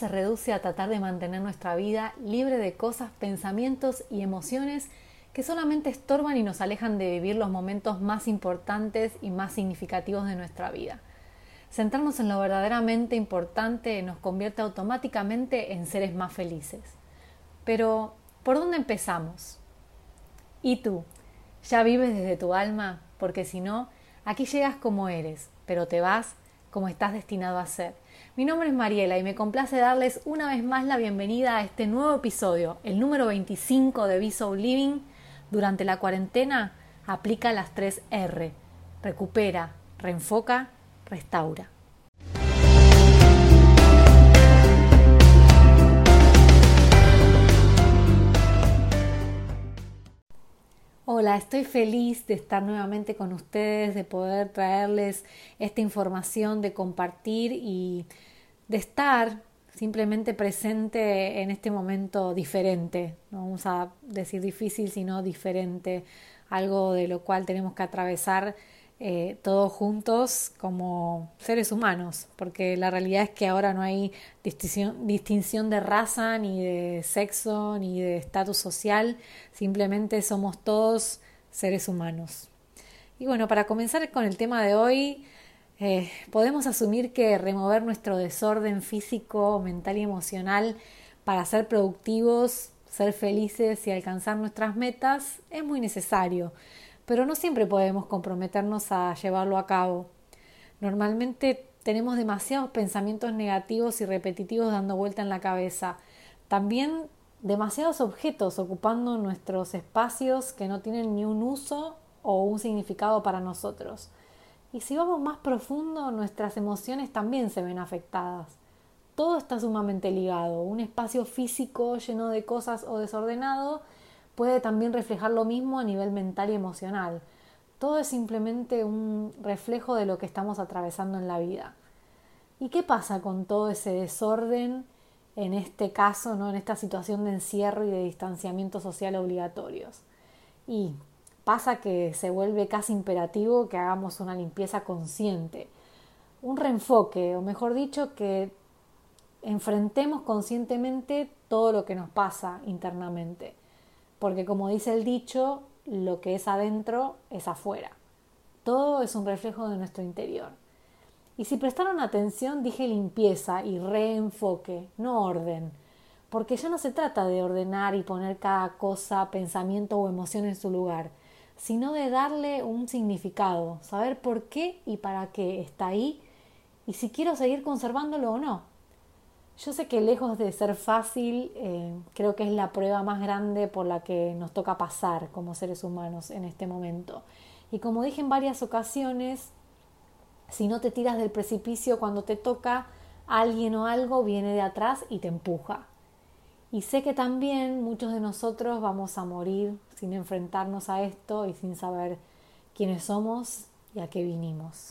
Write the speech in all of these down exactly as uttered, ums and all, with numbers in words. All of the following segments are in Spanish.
se reduce a tratar de mantener nuestra vida libre de cosas, pensamientos y emociones que solamente estorban y nos alejan de vivir los momentos más importantes y más significativos de nuestra vida. Centrarnos en lo verdaderamente importante nos convierte automáticamente en seres más felices. Pero, ¿por dónde empezamos? ¿Y tú? ¿Ya vives desde tu alma? Porque si no, aquí llegas como eres, pero te vas como estás destinado a ser. Mi nombre es Mariela y me complace darles una vez más la bienvenida a este nuevo episodio, el número veinticinco de Be Soul Living. Durante la cuarentena, aplica las tres erre. Recupera, reenfoca, restaura. Hola, estoy feliz de estar nuevamente con ustedes, de poder traerles esta información, de compartir y de estar simplemente presente en este momento diferente. No vamos a decir difícil, sino diferente, algo de lo cual tenemos que atravesar eh, todos juntos como seres humanos, porque la realidad es que ahora no hay distinción, distinción de raza, ni de sexo, ni de estatus social, simplemente somos todos seres humanos. Y bueno, para comenzar con el tema de hoy, eh, podemos asumir que remover nuestro desorden físico, mental y emocional para ser productivos, ser felices y alcanzar nuestras metas es muy necesario, pero no siempre podemos comprometernos a llevarlo a cabo. Normalmente tenemos demasiados pensamientos negativos y repetitivos dando vuelta en la cabeza. También demasiados objetos ocupando nuestros espacios que no tienen ni un uso o un significado para nosotros. Y si vamos más profundo, nuestras emociones también se ven afectadas. Todo está sumamente ligado. Un espacio físico lleno de cosas o desordenado puede también reflejar lo mismo a nivel mental y emocional. Todo es simplemente un reflejo de lo que estamos atravesando en la vida. ¿Y qué pasa con todo ese desorden en este caso, ¿no? En esta situación de encierro y de distanciamiento social obligatorios? Y pasa que se vuelve casi imperativo que hagamos una limpieza consciente, un reenfoque, o mejor dicho, que enfrentemos conscientemente todo lo que nos pasa internamente. Porque como dice el dicho, lo que es adentro es afuera. Todo es un reflejo de nuestro interior. Y si prestaron atención, dije limpieza y reenfoque, no orden. Porque ya no se trata de ordenar y poner cada cosa, pensamiento o emoción en su lugar, sino de darle un significado, saber por qué y para qué está ahí y si quiero seguir conservándolo o no. Yo sé que lejos de ser fácil, eh, creo que es la prueba más grande por la que nos toca pasar como seres humanos en este momento. Y como dije en varias ocasiones, si no te tiras del precipicio cuando te toca, alguien o algo viene de atrás y te empuja. Y sé que también muchos de nosotros vamos a morir sin enfrentarnos a esto y sin saber quiénes somos y a qué vinimos.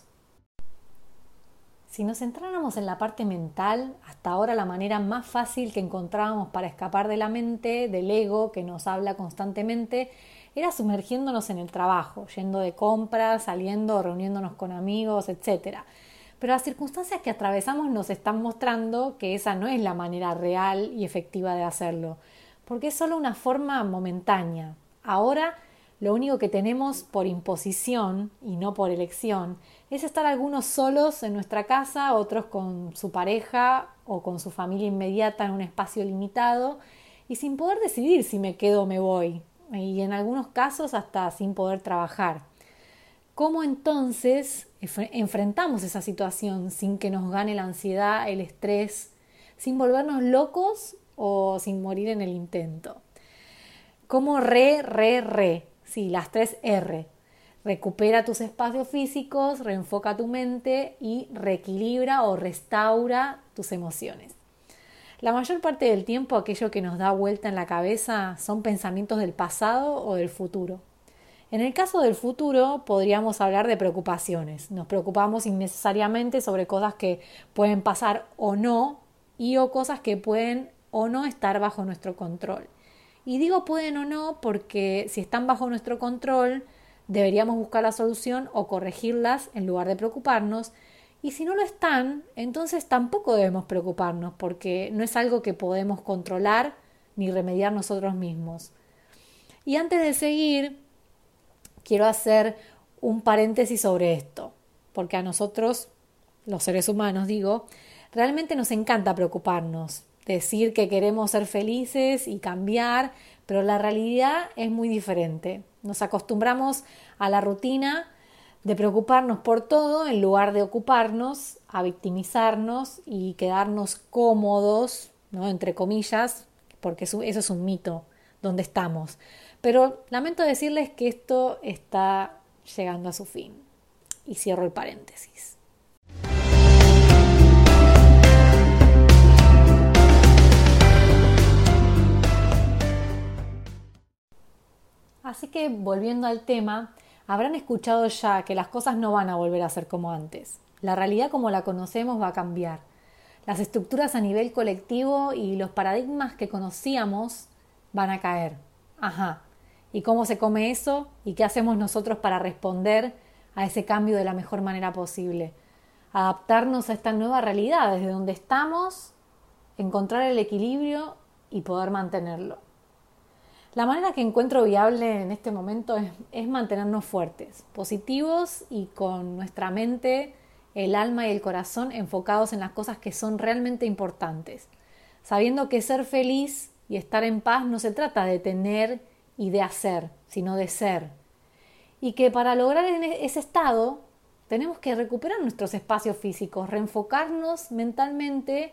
Si nos centráramos en la parte mental, hasta ahora la manera más fácil que encontrábamos para escapar de la mente, del ego que nos habla constantemente, era sumergiéndonos en el trabajo, yendo de compras, saliendo, reuniéndonos con amigos, etcétera. Pero las circunstancias que atravesamos nos están mostrando que esa no es la manera real y efectiva de hacerlo, porque es solo una forma momentánea. Ahora lo único que tenemos por imposición y no por elección es estar algunos solos en nuestra casa, otros con su pareja o con su familia inmediata en un espacio limitado y sin poder decidir si me quedo o me voy, y en algunos casos hasta sin poder trabajar. ¿Cómo entonces enfrentamos esa situación sin que nos gane la ansiedad, el estrés, sin volvernos locos o sin morir en el intento? ¿Cómo re, re, re? Sí, las tres erre. Recupera tus espacios físicos, reenfoca tu mente y reequilibra o restaura tus emociones. La mayor parte del tiempo aquello que nos da vuelta en la cabeza son pensamientos del pasado o del futuro. En el caso del futuro podríamos hablar de preocupaciones. Nos preocupamos innecesariamente sobre cosas que pueden pasar o no y o cosas que pueden o no estar bajo nuestro control. Y digo pueden o no porque si están bajo nuestro control deberíamos buscar la solución o corregirlas en lugar de preocuparnos, Y si no lo están, entonces tampoco debemos preocuparnos porque no es algo que podemos controlar ni remediar nosotros mismos. Y antes de seguir, quiero hacer un paréntesis sobre esto, porque a nosotros, los seres humanos, digo, realmente nos encanta preocuparnos, decir que queremos ser felices y cambiar, pero la realidad es muy diferente. Nos acostumbramos a la rutina de preocuparnos por todo en lugar de ocuparnos, a victimizarnos y quedarnos cómodos, ¿no? Entre comillas, porque eso, eso es un mito, donde estamos. Pero lamento decirles que esto está llegando a su fin. Y cierro el paréntesis. Así que, volviendo al tema, habrán escuchado ya que las cosas no van a volver a ser como antes. La realidad como la conocemos va a cambiar. Las estructuras a nivel colectivo y los paradigmas que conocíamos van a caer. Ajá. ¿Y cómo se come eso? ¿Y qué hacemos nosotros para responder a ese cambio de la mejor manera posible? Adaptarnos a esta nueva realidad desde donde estamos, encontrar el equilibrio y poder mantenerlo. La manera que encuentro viable en este momento es, es mantenernos fuertes, positivos y con nuestra mente, el alma y el corazón enfocados en las cosas que son realmente importantes, sabiendo que ser feliz y estar en paz no se trata de tener y de hacer, sino de ser. Y que para lograr ese estado tenemos que recuperar nuestros espacios físicos, reenfocarnos mentalmente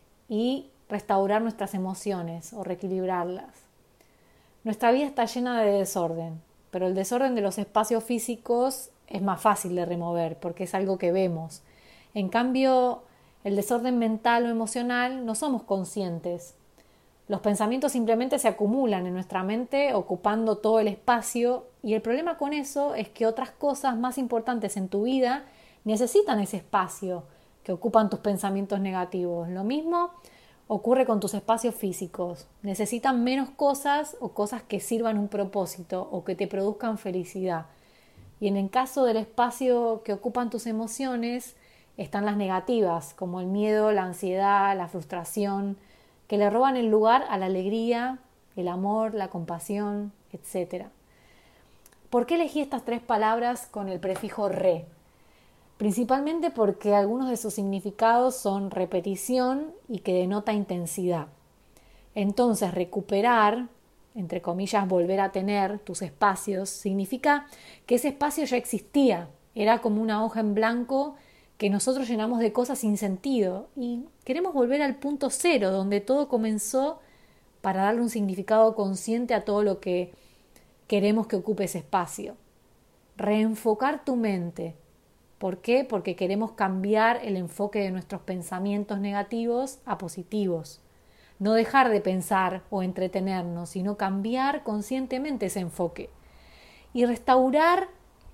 y restaurar nuestras emociones o reequilibrarlas. Nuestra vida está llena de desorden, pero el desorden de los espacios físicos es más fácil de remover porque es algo que vemos. En cambio, el desorden mental o emocional no somos conscientes. Los pensamientos simplemente se acumulan en nuestra mente ocupando todo el espacio y el problema con eso es que otras cosas más importantes en tu vida necesitan ese espacio que ocupan tus pensamientos negativos. Lo mismo ocurre con tus espacios físicos. Necesitan menos cosas o cosas que sirvan un propósito o que te produzcan felicidad. Y en el caso del espacio que ocupan tus emociones están las negativas, como el miedo, la ansiedad, la frustración, que le roban el lugar a la alegría, el amor, la compasión, etcétera. ¿Por qué elegí estas tres palabras con el prefijo re? Principalmente porque algunos de sus significados son repetición y que denota intensidad. Entonces, recuperar, entre comillas, volver a tener tus espacios, significa que ese espacio ya existía, era como una hoja en blanco que nosotros llenamos de cosas sin sentido y queremos volver al punto cero, donde todo comenzó para darle un significado consciente a todo lo que queremos que ocupe ese espacio. Reenfocar tu mente. ¿Por qué? Porque queremos cambiar el enfoque de nuestros pensamientos negativos a positivos. No dejar de pensar o entretenernos, sino cambiar conscientemente ese enfoque. Y restaurar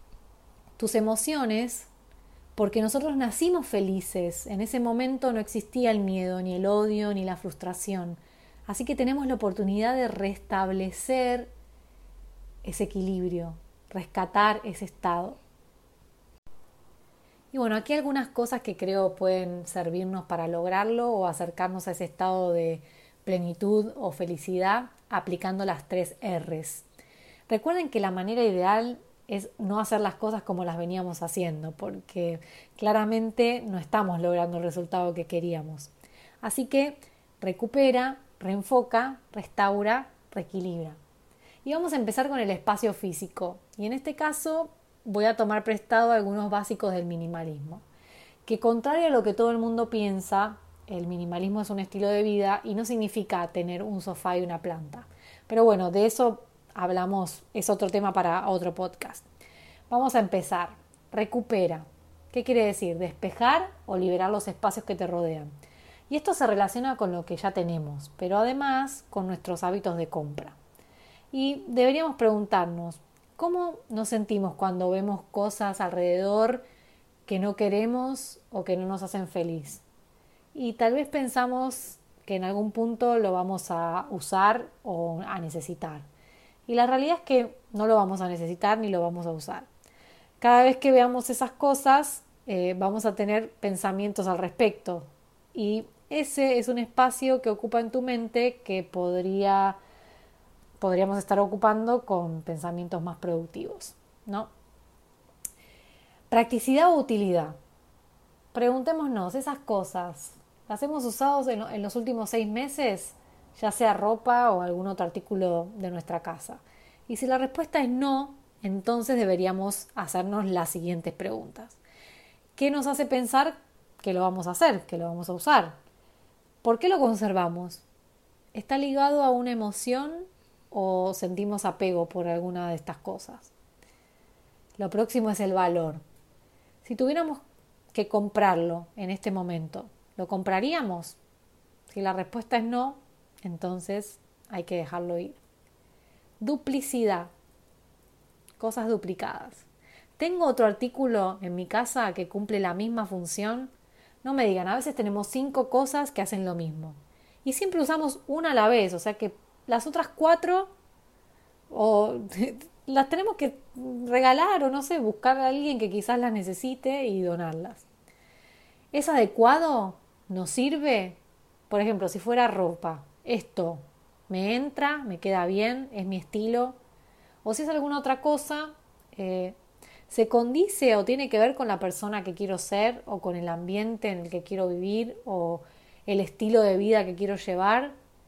tus emociones, porque nosotros nacimos felices. En ese momento no existía el miedo, ni el odio, ni la frustración. Así que tenemos la oportunidad de restablecer ese equilibrio, rescatar ese estado. Y bueno, aquí algunas cosas que creo pueden servirnos para lograrlo o acercarnos a ese estado de plenitud o felicidad aplicando las tres R's. Recuerden que la manera ideal es no hacer las cosas como las veníamos haciendo, porque claramente no estamos logrando el resultado que queríamos. Así que recupera, reenfoca, restaura, reequilibra. Y vamos a empezar con el espacio físico. Y en este caso voy a tomar prestado algunos básicos del minimalismo, que contrario a lo que todo el mundo piensa, el minimalismo es un estilo de vida y no significa tener un sofá y una planta. Pero bueno, de eso hablamos, es otro tema para otro podcast. Vamos a empezar. Recupera. ¿Qué quiere decir? Despejar o liberar los espacios que te rodean. Y esto se relaciona con lo que ya tenemos, pero además con nuestros hábitos de compra. Y deberíamos preguntarnos, ¿cómo nos sentimos cuando vemos cosas alrededor que no queremos o que no nos hacen feliz? Y tal vez pensamos que en algún punto lo vamos a usar o a necesitar. Y la realidad es que no lo vamos a necesitar ni lo vamos a usar. Cada vez que veamos esas cosas, eh, vamos a tener pensamientos al respecto. Y ese es un espacio que ocupa en tu mente que podría, podríamos estar ocupando con pensamientos más productivos, ¿no? Practicidad o utilidad. Preguntémonos, esas cosas, ¿las hemos usado en, en los últimos seis meses? Ya sea ropa o algún otro artículo de nuestra casa. Y si la respuesta es no, entonces deberíamos hacernos las siguientes preguntas. ¿Qué nos hace pensar que lo vamos a hacer, que lo vamos a usar? ¿Por qué lo conservamos? ¿Está ligado a una emoción o sentimos apego por alguna de estas cosas? Lo próximo es el valor. Si tuviéramos que comprarlo en este momento, ¿lo compraríamos? Si la respuesta es no, entonces hay que dejarlo ir. Duplicidad. Cosas duplicadas. ¿Tengo otro artículo en mi casa que cumple la misma función? No me digan, a veces tenemos cinco cosas que hacen lo mismo. Y siempre usamos una a la vez, o sea que las otras cuatro o las tenemos que regalar o no sé, buscar a alguien que quizás las necesite y donarlas. ¿Es adecuado? ¿Nos sirve? Por ejemplo, si fuera ropa, esto me entra, me queda bien, es mi estilo. O si es alguna otra cosa, eh, se condice o tiene que ver con la persona que quiero ser o con el ambiente en el que quiero vivir o el estilo de vida que quiero llevar.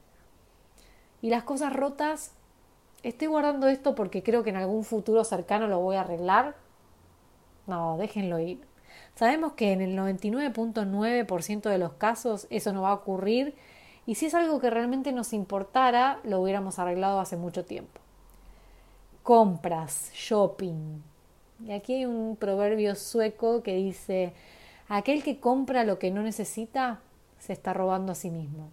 Y las cosas rotas, estoy guardando esto porque creo que en algún futuro cercano lo voy a arreglar. No, déjenlo ir. Sabemos que en el noventa y nueve punto nueve por ciento de los casos eso no va a ocurrir y si es algo que realmente nos importara, lo hubiéramos arreglado hace mucho tiempo. Compras, shopping. Y aquí hay un proverbio sueco que dice, aquel que compra lo que no necesita, se está robando a sí mismo.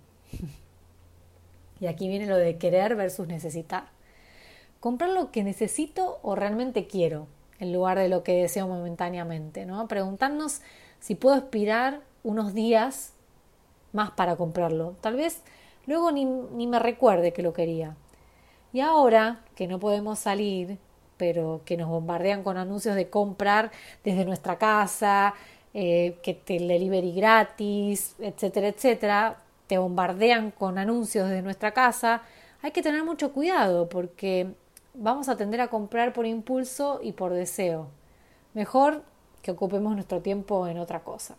Y aquí viene lo de querer versus necesitar. Comprar lo que necesito o realmente quiero, en lugar de lo que deseo momentáneamente, ¿no? Preguntarnos si puedo esperar unos días más para comprarlo. Tal vez luego ni, ni me recuerde que lo quería. Y ahora que no podemos salir, pero que nos bombardean con anuncios de comprar desde nuestra casa, eh, que te delivery gratis, etcétera, etcétera, te bombardean con anuncios desde nuestra casa, hay que tener mucho cuidado porque vamos a tender a comprar por impulso y por deseo. Mejor que ocupemos nuestro tiempo en otra cosa.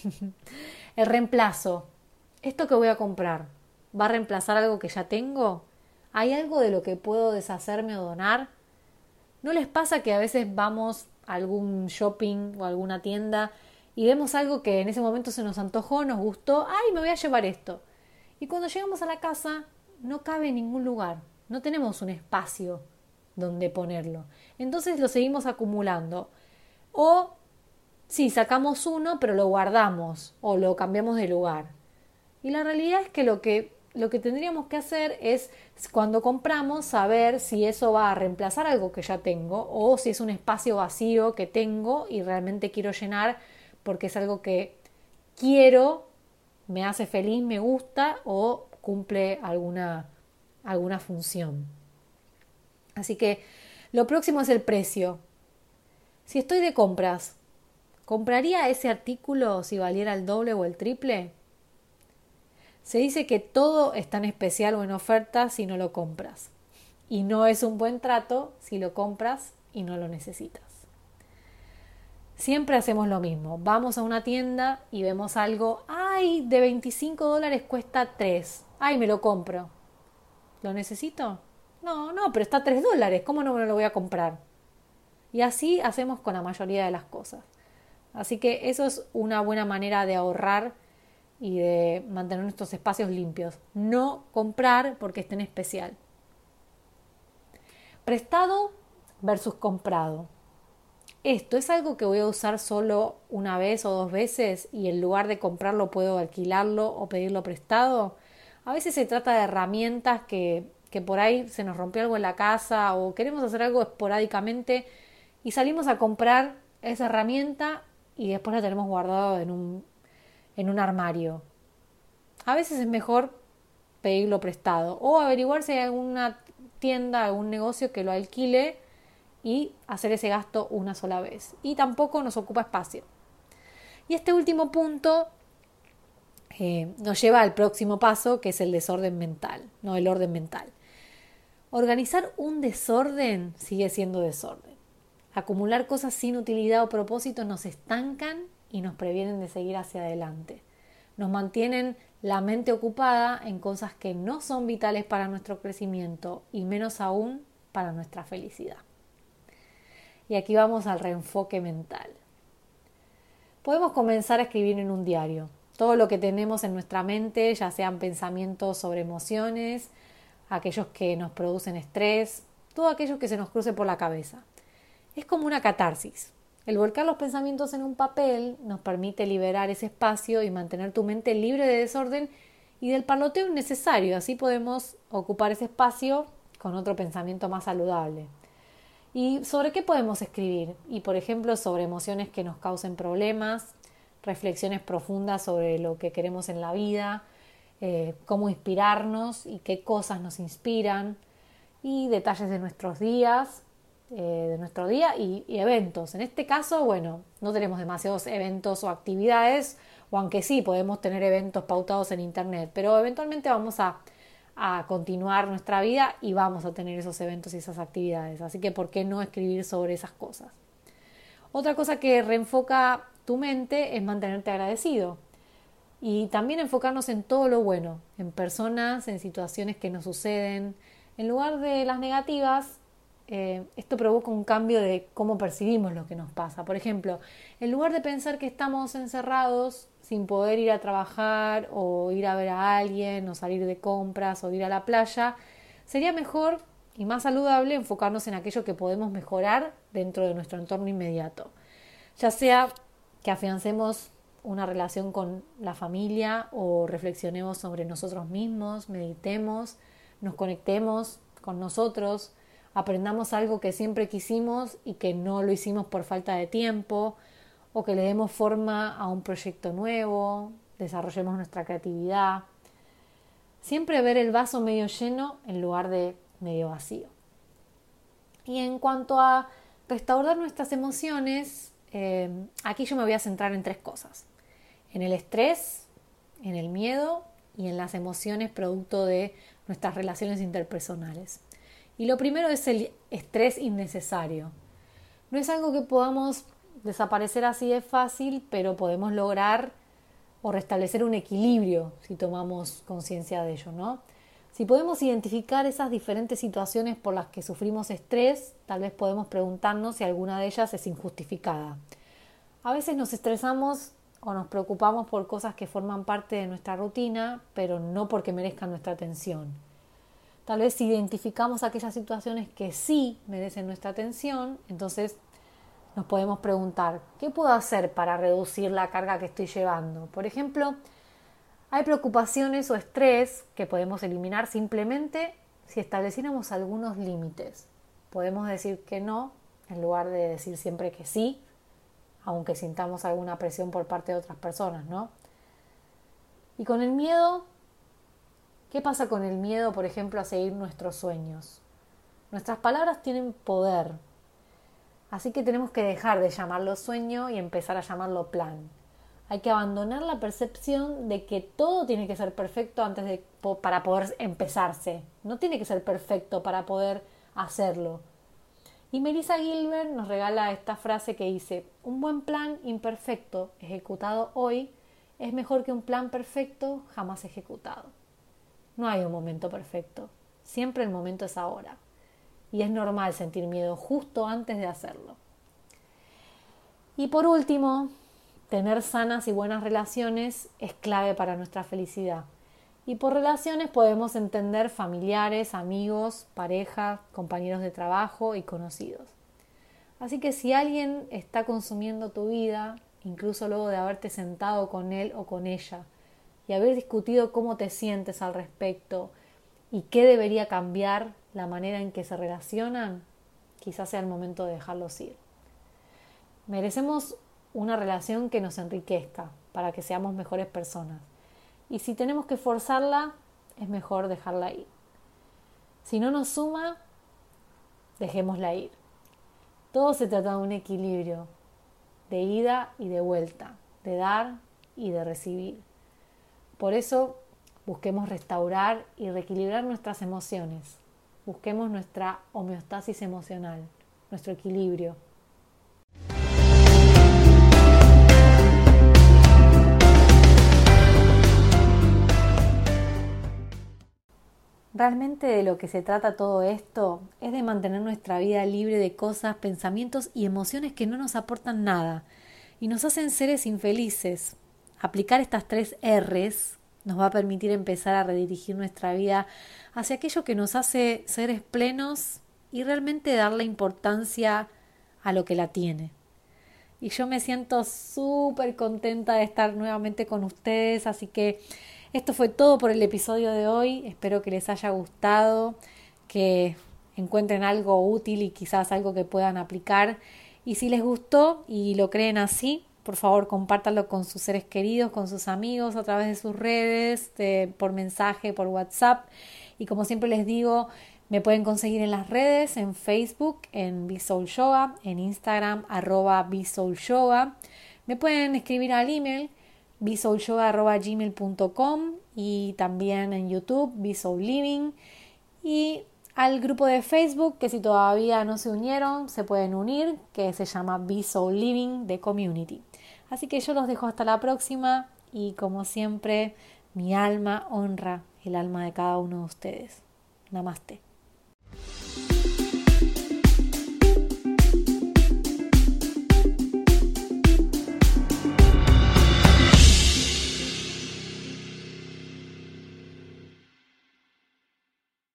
El reemplazo. ¿Esto que voy a comprar va a reemplazar algo que ya tengo? ¿Hay algo de lo que puedo deshacerme o donar? ¿No les pasa que a veces vamos a algún shopping o a alguna tienda y vemos algo que en ese momento se nos antojó, nos gustó? ¡Ay, me voy a llevar esto! Y cuando llegamos a la casa no cabe en ningún lugar. No tenemos un espacio donde ponerlo. Entonces lo seguimos acumulando. O sí, sacamos uno, pero lo guardamos o lo cambiamos de lugar. Y la realidad es que lo que lo que tendríamos que hacer es, cuando compramos, saber si eso va a reemplazar algo que ya tengo o si es un espacio vacío que tengo y realmente quiero llenar porque es algo que quiero, me hace feliz, me gusta o cumple alguna, alguna función. Así que lo próximo es el precio. Si estoy de compras, ¿compraría ese artículo si valiera el doble o el triple? Se dice que todo está en especial o en oferta si no lo compras. Y no es un buen trato si lo compras y no lo necesitas. Siempre hacemos lo mismo. Vamos a una tienda y vemos algo. ¡Ay! De veinticinco dólares cuesta tres. ¡Ay! Me lo compro. ¿Lo necesito? No, no, pero está a tres dólares. ¿Cómo no me lo voy a comprar? Y así hacemos con la mayoría de las cosas. Así que eso es una buena manera de ahorrar y de mantener nuestros espacios limpios. No comprar porque esté en especial. Prestado versus comprado. Esto es algo que voy a usar solo una vez o dos veces y en lugar de comprarlo puedo alquilarlo o pedirlo prestado. A veces se trata de herramientas que, que por ahí se nos rompió algo en la casa o queremos hacer algo esporádicamente y salimos a comprar esa herramienta y después la tenemos guardado en un en un armario. A veces es mejor pedirlo prestado o averiguar si hay alguna tienda, algún negocio que lo alquile y hacer ese gasto una sola vez. Y tampoco nos ocupa espacio. Y este último punto eh, nos lleva al próximo paso, que es el desorden mental, no el orden mental. Organizar un desorden sigue siendo desorden. Acumular cosas sin utilidad o propósito nos estancan y nos previenen de seguir hacia adelante. Nos mantienen la mente ocupada en cosas que no son vitales para nuestro crecimiento y menos aún para nuestra felicidad. Y aquí vamos al reenfoque mental. Podemos comenzar a escribir en un diario todo lo que tenemos en nuestra mente, ya sean pensamientos sobre emociones, aquellos que nos producen estrés, todo aquello que se nos cruce por la cabeza. Es como una catarsis. El volcar los pensamientos en un papel nos permite liberar ese espacio y mantener tu mente libre de desorden y del parloteo innecesario. Así podemos ocupar ese espacio con otro pensamiento más saludable. ¿Y sobre qué podemos escribir? Y por ejemplo, sobre emociones que nos causen problemas, reflexiones profundas sobre lo que queremos en la vida, eh, cómo inspirarnos y qué cosas nos inspiran, y detalles de nuestros días, eh, de nuestro día y, y eventos. En este caso, bueno, no tenemos demasiados eventos o actividades, o aunque sí podemos tener eventos pautados en internet, pero eventualmente vamos a, a continuar nuestra vida y vamos a tener esos eventos y esas actividades. Así que, ¿por qué no escribir sobre esas cosas? Otra cosa que reenfoca tu mente es mantenerte agradecido. Y también enfocarnos en todo lo bueno, en personas, en situaciones que nos suceden. En lugar de las negativas, eh, esto provoca un cambio de cómo percibimos lo que nos pasa. Por ejemplo, en lugar de pensar que estamos encerrados sin poder ir a trabajar o ir a ver a alguien o salir de compras o ir a la playa, sería mejor y más saludable enfocarnos en aquello que podemos mejorar dentro de nuestro entorno inmediato. Ya sea que afiancemos una relación con la familia o reflexionemos sobre nosotros mismos, meditemos, nos conectemos con nosotros, aprendamos algo que siempre quisimos y que no lo hicimos por falta de tiempo, o que le demos forma a un proyecto nuevo, desarrollemos nuestra creatividad. Siempre ver el vaso medio lleno en lugar de medio vacío. Y en cuanto a restaurar nuestras emociones, eh, aquí yo me voy a centrar en tres cosas. En el estrés, en el miedo y en las emociones producto de nuestras relaciones interpersonales. Y lo primero es el estrés innecesario. No es algo que podamos desaparecer así de fácil, pero podemos lograr o restablecer un equilibrio si tomamos conciencia de ello, ¿no? Si podemos identificar esas diferentes situaciones por las que sufrimos estrés, tal vez podemos preguntarnos si alguna de ellas es injustificada. A veces nos estresamos o nos preocupamos por cosas que forman parte de nuestra rutina, pero no porque merezcan nuestra atención. Tal vez si identificamos aquellas situaciones que sí merecen nuestra atención, entonces nos podemos preguntar, ¿qué puedo hacer para reducir la carga que estoy llevando? Por ejemplo, hay preocupaciones o estrés que podemos eliminar simplemente si estableciéramos algunos límites. Podemos decir que no en lugar de decir siempre que sí, aunque sintamos alguna presión por parte de otras personas, ¿no? Y con el miedo, ¿qué pasa con el miedo, por ejemplo, a seguir nuestros sueños? Nuestras palabras tienen poder, así que tenemos que dejar de llamarlo sueño y empezar a llamarlo plan. Hay que abandonar la percepción de que todo tiene que ser perfecto antes de, para poder empezarse. No tiene que ser perfecto para poder hacerlo. Y Melissa Gilbert nos regala esta frase que dice: un buen plan imperfecto ejecutado hoy es mejor que un plan perfecto jamás ejecutado. No hay un momento perfecto, siempre el momento es ahora. Y es normal sentir miedo justo antes de hacerlo. Y por último, tener sanas y buenas relaciones es clave para nuestra felicidad. Y por relaciones podemos entender familiares, amigos, pareja, compañeros de trabajo y conocidos. Así que si alguien está consumiendo tu vida, incluso luego de haberte sentado con él o con ella y haber discutido cómo te sientes al respecto y qué debería cambiar la manera en que se relacionan, quizás sea el momento de dejarlos ir. Merecemos una relación que nos enriquezca para que seamos mejores personas. Y si tenemos que forzarla, es mejor dejarla ir. Si no nos suma, dejémosla ir. Todo se trata de un equilibrio, de ida y de vuelta, de dar y de recibir. Por eso busquemos restaurar y reequilibrar nuestras emociones. Busquemos nuestra homeostasis emocional, nuestro equilibrio. Realmente de lo que se trata todo esto es de mantener nuestra vida libre de cosas, pensamientos y emociones que no nos aportan nada y nos hacen seres infelices. Aplicar estas tres R's nos va a permitir empezar a redirigir nuestra vida hacia aquello que nos hace seres plenos y realmente darle importancia a lo que la tiene. Y yo me siento súper contenta de estar nuevamente con ustedes, así que esto fue todo por el episodio de hoy. Espero que les haya gustado, que encuentren algo útil y quizás algo que puedan aplicar. Y si les gustó y lo creen así, por favor compártanlo con sus seres queridos, con sus amigos, a través de sus redes, de, por mensaje, por WhatsApp. Y como siempre les digo, me pueden conseguir en las redes, en Facebook, en BeSoulYoga, en Instagram, arroba BeSoulYoga. Me pueden escribir al email besoulyoga arroba gmail punto com y también en YouTube, BeSoulLiving, y al grupo de Facebook, que si todavía no se unieron, se pueden unir, que se llama BeSoulLiving The Community. Así que yo los dejo hasta la próxima y como siempre, mi alma honra el alma de cada uno de ustedes. Namaste.